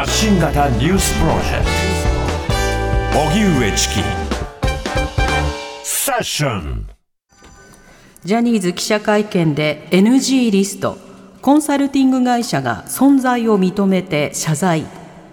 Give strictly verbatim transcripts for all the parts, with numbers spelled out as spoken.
発信型ニュースプロジェクト荻上チキセッション。 ジャニーズ記者会見で エヌジー リスト、コンサルティング会社が存在を認めて謝罪。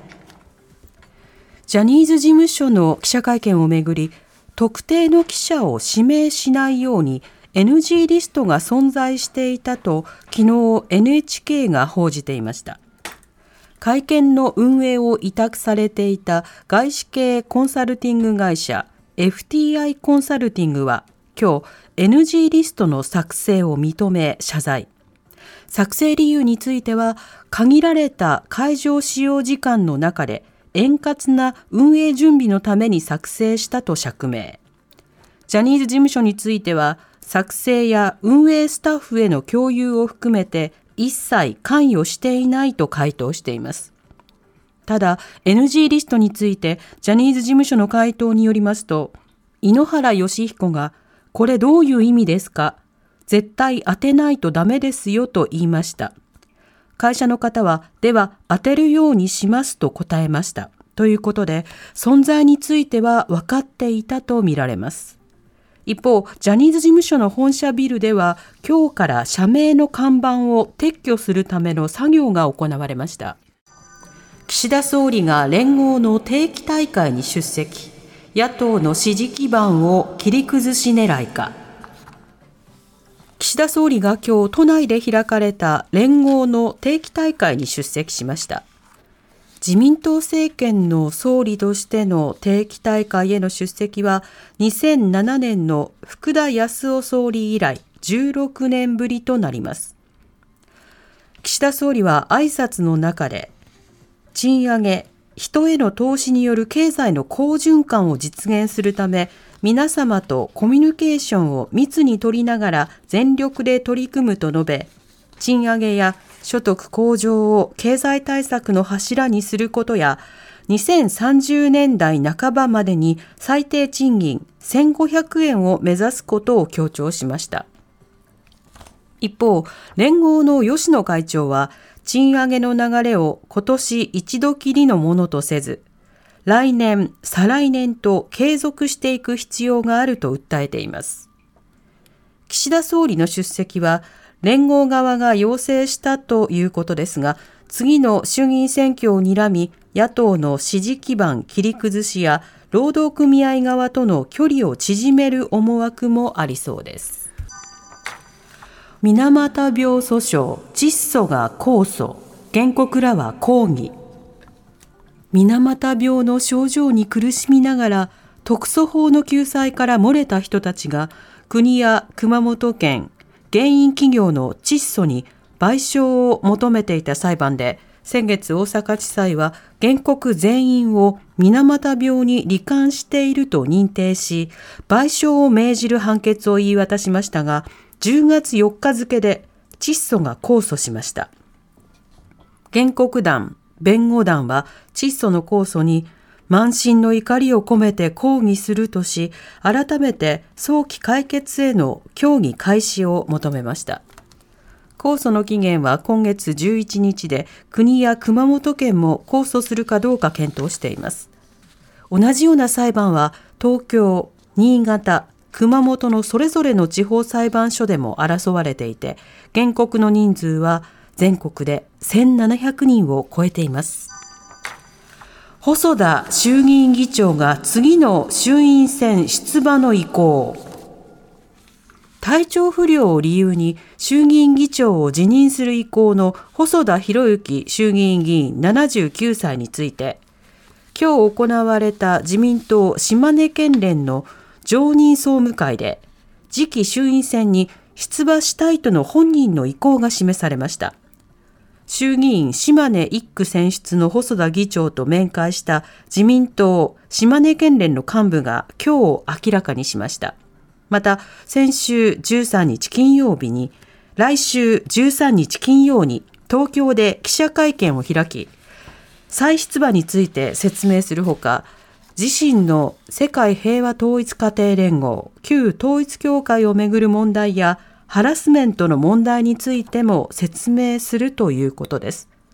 ジャニーズ事務所の記者会見をめぐり、特定の記者を指名しないように エヌジー リストが存在していたと昨日 エヌエイチケー が報じていました。会見の運営を委託されていた外資系コンサルティング会社 エフティーアイ コンサルティングは今日 エヌジー リストの作成を認め謝罪。作成理由については、限られた会場使用時間の中で円滑な運営準備のために作成したと釈明。ジャニーズ事務所については、作成や運営スタッフへの共有を含めて一切関与していないと回答しています。ただ、エヌジー リストについてジャニーズ事務所の回答によりますと、井ノ原快彦が、これどういう意味ですか？絶対当てないとダメですよと言いました。会社の方は、では当てるようにしますと答えました。ということで、存在については分かっていたとみられます。一方、ジャニーズ事務所の本社ビルでは、今日から社名の看板を撤去するための作業が行われました。岸田総理が連合の定期大会に出席。野党の支持基盤を切り崩し狙いか。岸田総理が今日都内で開かれた連合の定期大会に出席しました。自民党政権の総理としての定期大会への出席はにせんななねんの福田康夫総理以来じゅうろくねんぶりとなります。岸田総理は挨拶の中で、賃上げ、人への投資による経済の好循環を実現するため、皆様とコミュニケーションを密に取りながら全力で取り組むと述べ、賃上げや所得向上を経済対策の柱にすることや、にせんさんじゅうねんだいなかばまでに最低賃金せんごひゃくえんを目指すことを強調しました。一方、連合の吉野会長は、賃上げの流れを今年一度きりのものとせず、来年、再来年と継続していく必要があると訴えています。岸田総理の出席は、連合側が要請したということですが、次の衆議院選挙を睨み、野党の支持基盤切り崩しや、労働組合側との距離を縮める思惑もありそうです。水俣病訴訟、チッソが控訴、原告らは抗議。水俣病の症状に苦しみながら特措法の救済から漏れた人たちが国や熊本県、原因企業のチッソに賠償を求めていた裁判で、先月大阪地裁は原告全員を水俣病に罹患していると認定し、賠償を命じる判決を言い渡しましたが、じゅうがつよっか付でチッソが控訴しました。原告団、弁護団はチッソの控訴に慢心の怒りを込めて抗議するとし、改めて早期解決への協議開始を求めました。控訴の期限は今月じゅういちにちで、国や熊本県も控訴するかどうか検討しています。同じような裁判は東京、新潟、熊本のそれぞれの地方裁判所でも争われていて、原告の人数は全国でせんななひゃくにんを超えています。細田衆議院議長が次の衆院選出馬の意向。体調不良を理由に衆議院議長を辞任する意向の細田博之衆議院議員ななじゅうきゅうさいについて、今日行われた自民党島根県連の常任総務会で、次期衆院選に出馬したいとの本人の意向が示されました。衆議院島根いっく選出の細田議長と面会した自民党島根県連の幹部が今日明らかにしました。また、先週じゅうさんにち金曜日に、来週じゅうさんにち金曜に東京で記者会見を開き、再出馬について説明するほか、自身の世界平和統一家庭連合、旧統一教会をめぐる問題やハラスメントの問題についても説明するということです。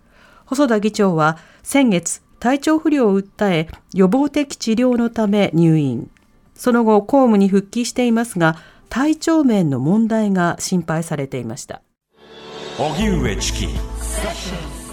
細田議長は先月体調不良を訴え予防的治療のため入院。その後公務に復帰していますが、体調面の問題が心配されていました。 荻上チキ